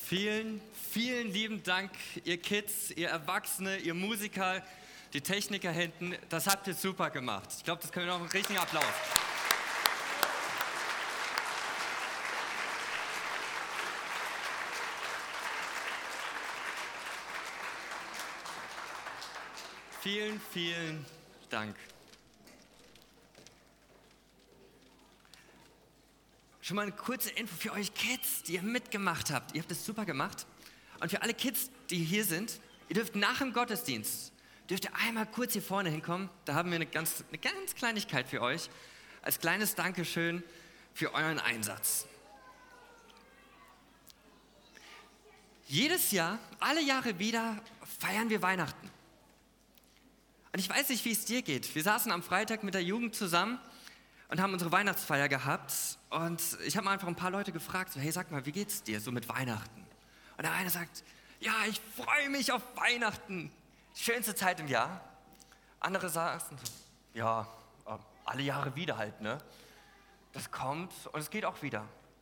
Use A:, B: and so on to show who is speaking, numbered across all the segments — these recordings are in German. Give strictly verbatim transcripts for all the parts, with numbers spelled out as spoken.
A: Vielen, vielen lieben Dank, ihr Kids, ihr Erwachsene, ihr Musiker, die Techniker hinten. Das habt ihr super gemacht. Ich glaube, das können wir noch einen richtigen Applaus. Vielen, vielen Dank. Schon mal eine kurze Info für euch Kids, die ihr mitgemacht habt. Ihr habt es super gemacht. Und für alle Kids, die hier sind, ihr dürft nach dem Gottesdienst, dürft ihr einmal kurz hier vorne hinkommen. Da haben wir eine ganz, eine ganz Kleinigkeit für euch, als kleines Dankeschön für euren Einsatz. Jedes Jahr, alle Jahre wieder, feiern wir Weihnachten. Und ich weiß nicht, wie es dir geht. Wir saßen am Freitag mit der Jugend zusammen und haben unsere Weihnachtsfeier gehabt. Und ich habe mal einfach ein paar Leute gefragt, so, hey, sag mal, wie geht's dir so mit Weihnachten? Und der eine sagt, ja, ich freue mich auf Weihnachten. Schönste Zeit im Jahr. Andere saßen so, ja, alle Jahre wieder halt, ne? Das kommt und es geht auch wieder.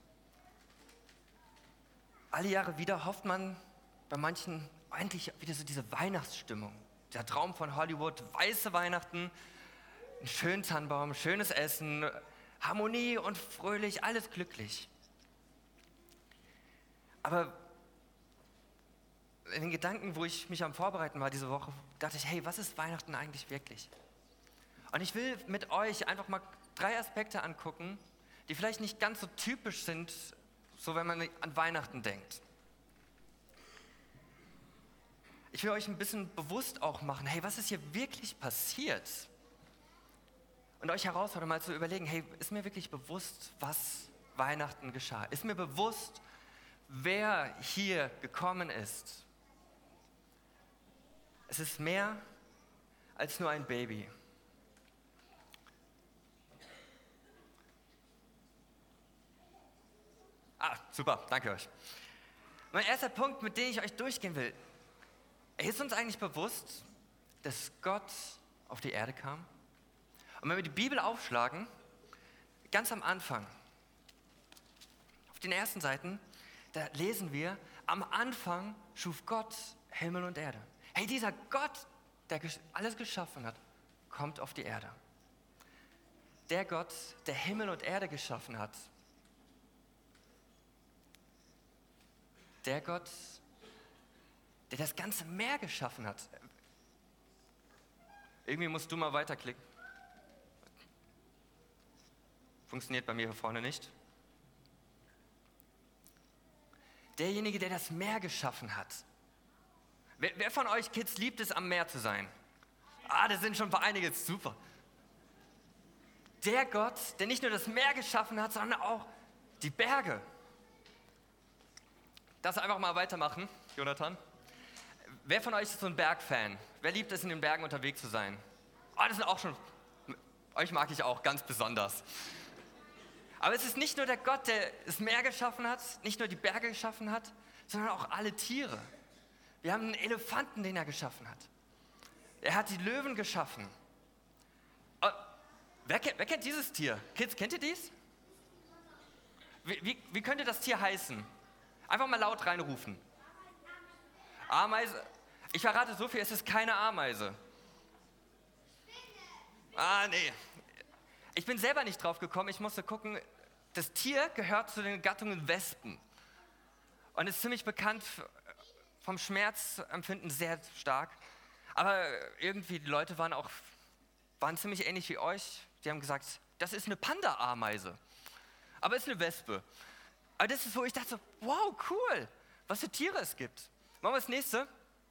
A: Alle Jahre wieder hofft man bei manchen eigentlich wieder so diese Weihnachtsstimmung. Der Traum von Hollywood, weiße Weihnachten, einen schönen Tannenbaum, schönes Essen, Harmonie und fröhlich, alles glücklich. Aber in den Gedanken, wo ich mich am Vorbereiten war diese Woche, dachte ich, hey, was ist Weihnachten eigentlich wirklich? Und ich will mit euch einfach mal drei Aspekte angucken, die vielleicht nicht ganz so typisch sind, so wenn man an Weihnachten denkt. Ich will euch ein bisschen bewusst auch machen, hey, was ist hier wirklich passiert? Und euch herausfordern, mal zu überlegen, hey, ist mir wirklich bewusst, was Weihnachten geschah? Ist mir bewusst, wer hier gekommen ist? Es ist mehr als nur ein Baby. Ah, super, danke euch. Mein erster Punkt, mit dem ich euch durchgehen will. Ist uns eigentlich bewusst, dass Gott auf die Erde kam? Und wenn wir die Bibel aufschlagen, ganz am Anfang, auf den ersten Seiten, da lesen wir, am Anfang schuf Gott Himmel und Erde. Hey, dieser Gott, der alles geschaffen hat, kommt auf die Erde. Der Gott, der Himmel und Erde geschaffen hat, der Gott, der das ganze Meer geschaffen hat. Irgendwie musst du mal weiterklicken. Funktioniert bei mir hier vorne nicht. Derjenige, der das Meer geschaffen hat. Wer, wer von euch Kids liebt es, am Meer zu sein? Ah, das sind schon ein paar einige, super. Der Gott, der nicht nur das Meer geschaffen hat, sondern auch die Berge. Darfst du einfach mal weitermachen, Jonathan? Wer von euch ist so ein Bergfan? Wer liebt es, in den Bergen unterwegs zu sein? Oh, das sind auch schon, euch mag ich auch ganz besonders. Aber es ist nicht nur der Gott, der das Meer geschaffen hat, nicht nur die Berge geschaffen hat, sondern auch alle Tiere. Wir haben einen Elefanten, den er geschaffen hat. Er hat die Löwen geschaffen. Oh, wer, kennt, wer kennt dieses Tier? Kids, kennt ihr dies? Wie, wie, wie könnte das Tier heißen? Einfach mal laut reinrufen. Ameise. Ich verrate so viel, es ist keine Ameise. Ah, nee. Ich bin selber nicht drauf gekommen, ich musste gucken, das Tier gehört zu den Gattungen Wespen. Und ist ziemlich bekannt vom Schmerzempfinden sehr stark. Aber irgendwie, die Leute waren auch, waren ziemlich ähnlich wie euch. Die haben gesagt, das ist eine Panda-Ameise. Aber es ist eine Wespe. Aber das ist, wo ich dachte, so, wow, cool, was für Tiere es gibt. Machen wir das nächste.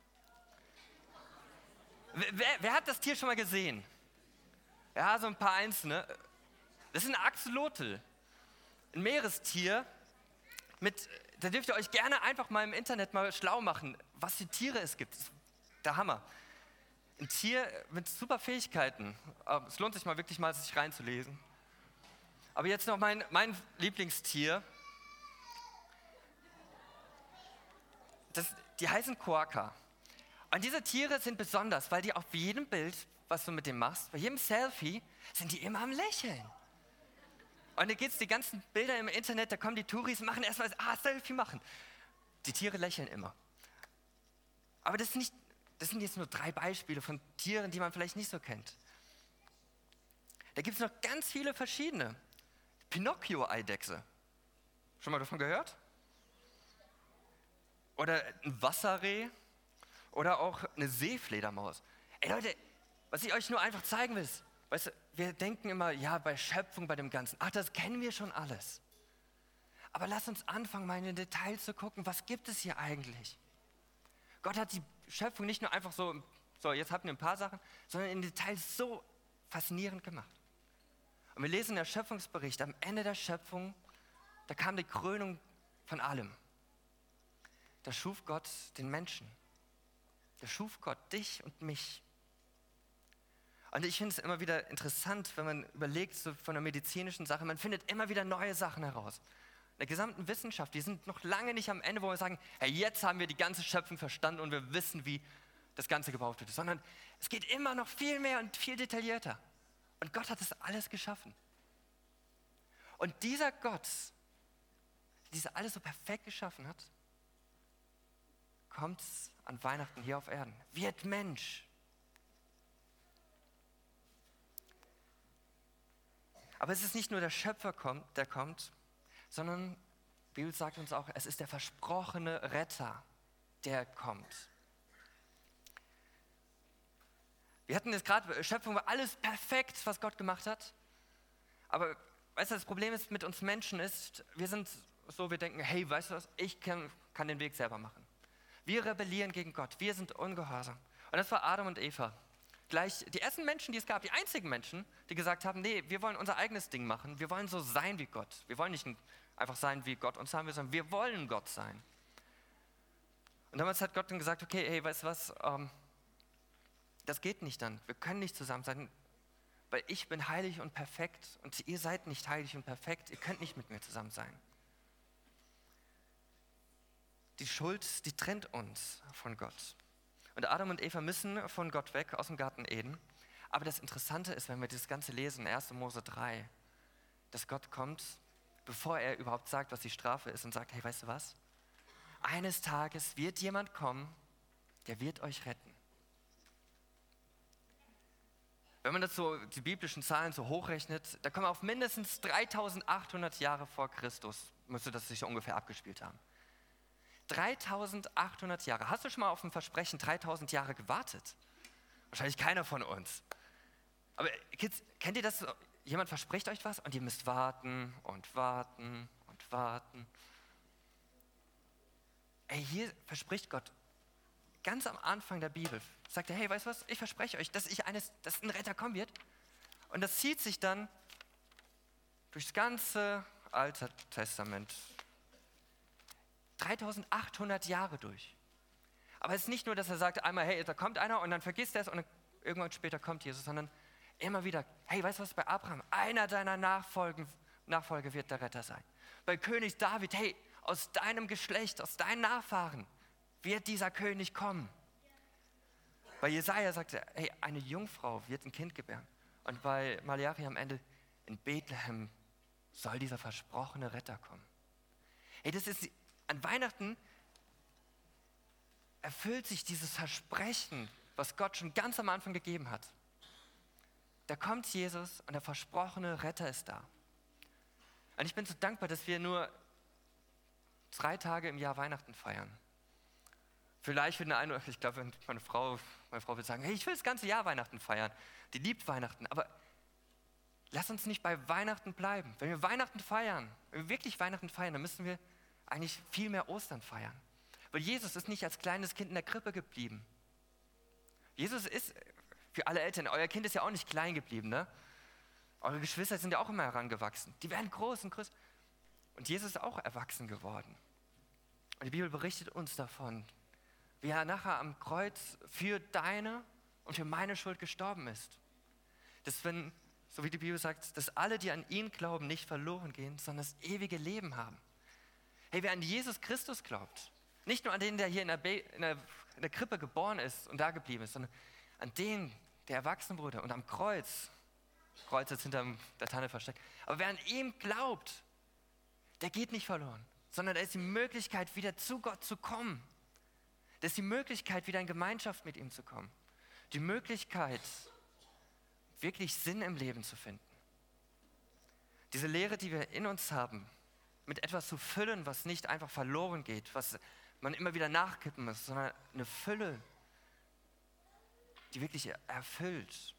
A: Wer, wer hat das Tier schon mal gesehen? Ja, so ein paar einzelne. Das ist ein Axolotl, ein Meerestier. Mit, da dürft ihr euch gerne einfach mal im Internet mal schlau machen, was für Tiere es gibt. Das ist der Hammer. Ein Tier mit super Fähigkeiten. Es lohnt sich mal wirklich mal, sich reinzulesen. Aber jetzt noch mein, mein Lieblingstier. Das, die heißen Quokka. Und diese Tiere sind besonders, weil die auf jedem Bild, was du mit dem machst, bei jedem Selfie, sind die immer am Lächeln. Und da gibt es die ganzen Bilder im Internet, da kommen die Touris, machen erstmal ah, Selfie machen. Die Tiere lächeln immer. Aber das sind, nicht, das sind jetzt nur drei Beispiele von Tieren, die man vielleicht nicht so kennt. Da gibt es noch ganz viele verschiedene. Pinocchio-Eidechse. Schon mal davon gehört? Oder ein Wasserreh. Oder auch eine Seefledermaus. Ey Leute, was ich euch nur einfach zeigen will, ist, weißt du, wir denken immer, ja, bei Schöpfung, bei dem Ganzen, ach, das kennen wir schon alles. Aber lass uns anfangen, mal in den Details zu gucken, was gibt es hier eigentlich? Gott hat die Schöpfung nicht nur einfach so, so, jetzt habt ihr ein paar Sachen, sondern in Details so faszinierend gemacht. Und wir lesen in der Schöpfungsbericht, am Ende der Schöpfung, da kam die Krönung von allem. Da schuf Gott den Menschen. Da schuf Gott dich und mich. Und ich finde es immer wieder interessant, wenn man überlegt, so von der medizinischen Sache, man findet immer wieder neue Sachen heraus. In der gesamten Wissenschaft, die sind noch lange nicht am Ende, wo wir sagen, hey, jetzt haben wir die ganze Schöpfung verstanden und wir wissen, wie das Ganze gebaut wird. Sondern es geht immer noch viel mehr und viel detaillierter. Und Gott hat das alles geschaffen. Und dieser Gott, der das alles so perfekt geschaffen hat, kommt an Weihnachten hier auf Erden, wird Mensch. Aber es ist nicht nur der Schöpfer, der kommt, sondern die Bibel sagt uns auch, es ist der versprochene Retter, der kommt. Wir hatten jetzt gerade, Schöpfung war alles perfekt, was Gott gemacht hat. Aber weißt du, das Problem ist mit uns Menschen ist, wir sind so, wir denken, hey, weißt du was, ich kann, kann den Weg selber machen. Wir rebellieren gegen Gott, wir sind ungehorsam. Und das war Adam und Eva. Gleich die ersten Menschen, die es gab, die einzigen Menschen, die gesagt haben, nee, wir wollen unser eigenes Ding machen, wir wollen so sein wie Gott. Wir wollen nicht einfach sein, wie Gott uns haben will, sondern wir wollen Gott sein. Und damals hat Gott dann gesagt, okay, hey, weißt du was, ähm, das geht nicht dann, wir können nicht zusammen sein, weil ich bin heilig und perfekt und ihr seid nicht heilig und perfekt, ihr könnt nicht mit mir zusammen sein. Die Schuld, die trennt uns von Gott. Und Adam und Eva müssen von Gott weg, aus dem Garten Eden. Aber das Interessante ist, wenn wir das Ganze lesen, erster Mose drei, dass Gott kommt, bevor er überhaupt sagt, was die Strafe ist, und sagt, hey, weißt du was? Eines Tages wird jemand kommen, der wird euch retten. Wenn man das so, die biblischen Zahlen so hochrechnet, da kommen wir auf mindestens dreitausendachthundert Jahre vor Christus, müsste das sich so ungefähr abgespielt haben. dreitausendachthundert Jahre. Hast du schon mal auf ein Versprechen dreitausend Jahre gewartet? Wahrscheinlich keiner von uns. Aber Kids, kennt ihr das? Jemand verspricht euch was und ihr müsst warten und warten und warten. Ey, hier verspricht Gott ganz am Anfang der Bibel, sagt er, hey, weißt du was, ich verspreche euch, dass, ich eines, dass ein Retter kommen wird. Und das zieht sich dann durchs ganze Alte Testament. dreitausendachthundert Jahre durch. Aber es ist nicht nur, dass er sagt einmal, hey, da kommt einer und dann vergisst er es und dann irgendwann später kommt Jesus, sondern immer wieder, hey, weißt du was, bei Abraham, einer deiner Nachfolgen, Nachfolger wird der Retter sein. Bei König David, hey, aus deinem Geschlecht, aus deinen Nachfahren wird dieser König kommen. Bei Jesaja sagt er, hey, eine Jungfrau wird ein Kind gebären. Und bei Malachi am Ende, in Bethlehem soll dieser versprochene Retter kommen. Hey, das ist, an Weihnachten erfüllt sich dieses Versprechen, was Gott schon ganz am Anfang gegeben hat. Da kommt Jesus und der versprochene Retter ist da. Und ich bin so dankbar, dass wir nur drei Tage im Jahr Weihnachten feiern. Vielleicht für eine, ich glaube, meine Frau, meine Frau wird sagen, hey, ich will das ganze Jahr Weihnachten feiern. Die liebt Weihnachten, aber lass uns nicht bei Weihnachten bleiben. Wenn wir Weihnachten feiern, wenn wir wirklich Weihnachten feiern, dann müssen wir eigentlich viel mehr Ostern feiern. Weil Jesus ist nicht als kleines Kind in der Krippe geblieben. Jesus ist, für alle Eltern, euer Kind ist ja auch nicht klein geblieben, ne? Eure Geschwister sind ja auch immer herangewachsen. Die werden groß und groß. Und Jesus ist auch erwachsen geworden. Und die Bibel berichtet uns davon, wie er nachher am Kreuz für deine und für meine Schuld gestorben ist. Dass wenn, so wie die Bibel sagt, dass alle, die an ihn glauben, nicht verloren gehen, sondern das ewige Leben haben. Hey, wer an Jesus Christus glaubt, nicht nur an den, der hier in der, Be- in der, in der Krippe geboren ist und da geblieben ist, sondern an den, der erwachsen wurde und am Kreuz, Kreuz ist hinter der Tanne versteckt, aber wer an ihm glaubt, der geht nicht verloren, sondern da ist die Möglichkeit, wieder zu Gott zu kommen. Da ist die Möglichkeit, wieder in Gemeinschaft mit ihm zu kommen. Die Möglichkeit, wirklich Sinn im Leben zu finden. Diese Lehre, die wir in uns haben, mit etwas zu füllen, was nicht einfach verloren geht, was man immer wieder nachkippen muss, sondern eine Fülle, die wirklich erfüllt.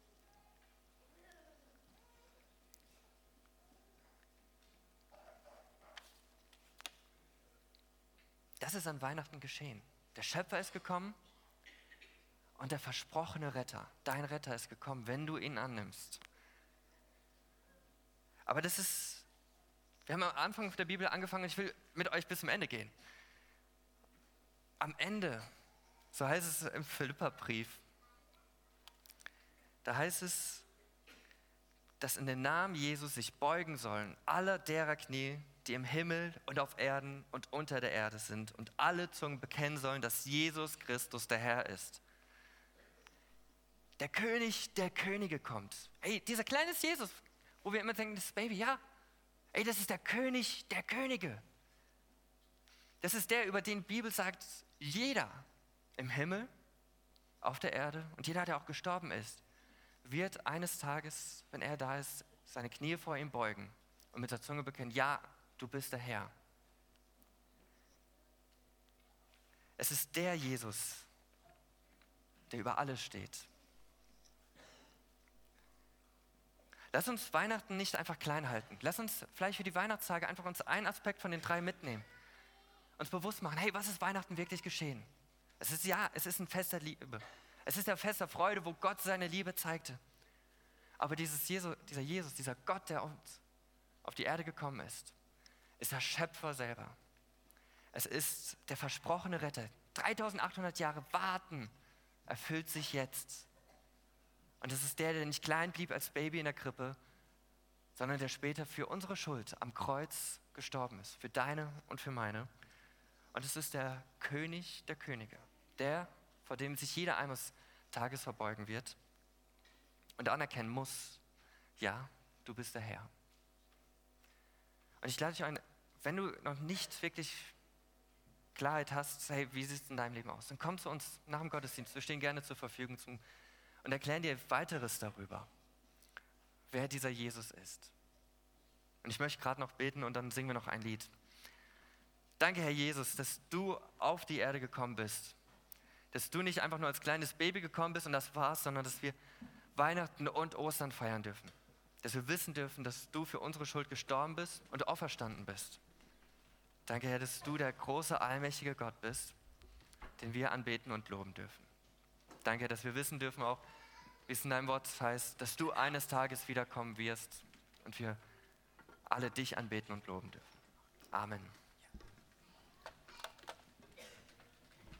A: Das ist an Weihnachten geschehen. Der Schöpfer ist gekommen und der versprochene Retter, dein Retter ist gekommen, wenn du ihn annimmst. Aber das ist, wir haben am Anfang der Bibel angefangen und ich will mit euch bis zum Ende gehen. Am Ende, so heißt es im Philipperbrief, da heißt es, dass in den Namen Jesus sich beugen sollen alle derer Knie, die im Himmel und auf Erden und unter der Erde sind und alle Zungen bekennen sollen, dass Jesus Christus der Herr ist. Der König der Könige kommt. Ey, dieser kleine Jesus, wo wir immer denken, das Baby, ja, ey, das ist der König der Könige. Das ist der, über den die Bibel sagt, jeder im Himmel, auf der Erde und jeder, der auch gestorben ist, wird eines Tages, wenn er da ist, seine Knie vor ihm beugen und mit der Zunge bekennen, ja, du bist der Herr. Es ist der Jesus, der über alles steht. Lass uns Weihnachten nicht einfach klein halten. Lass uns vielleicht für die Weihnachtstage einfach uns einen Aspekt von den drei mitnehmen. Uns bewusst machen, hey, was ist Weihnachten wirklich geschehen? Es ist ja, es ist ein Fest der Liebe. Es ist ein Fest der Freude, wo Gott seine Liebe zeigte. Aber dieses Jesus, dieser Jesus, dieser Gott, der uns auf die Erde gekommen ist, ist der Schöpfer selber. Es ist der versprochene Retter. dreitausendachthundert Jahre warten erfüllt sich jetzt. Und es ist der, der nicht klein blieb als Baby in der Krippe, sondern der später für unsere Schuld am Kreuz gestorben ist, für deine und für meine. Und es ist der König der Könige, der, vor dem sich jeder eines Tages verbeugen wird und anerkennen muss, ja, du bist der Herr. Und ich lade dich ein, wenn du noch nicht wirklich Klarheit hast, hey, wie sieht es in deinem Leben aus, dann komm zu uns nach dem Gottesdienst, wir stehen gerne zur Verfügung zum, und erklären dir weiteres darüber, wer dieser Jesus ist. Und ich möchte gerade noch beten und dann singen wir noch ein Lied. Danke, Herr Jesus, dass du auf die Erde gekommen bist, dass du nicht einfach nur als kleines Baby gekommen bist und das war's, sondern dass wir Weihnachten und Ostern feiern dürfen. Dass wir wissen dürfen, dass du für unsere Schuld gestorben bist und auferstanden bist. Danke, Herr, dass du der große, allmächtige Gott bist, den wir anbeten und loben dürfen. Danke, Herr, dass wir wissen dürfen auch, wie es in deinem Wort heißt, dass du eines Tages wiederkommen wirst und wir alle dich anbeten und loben dürfen. Amen.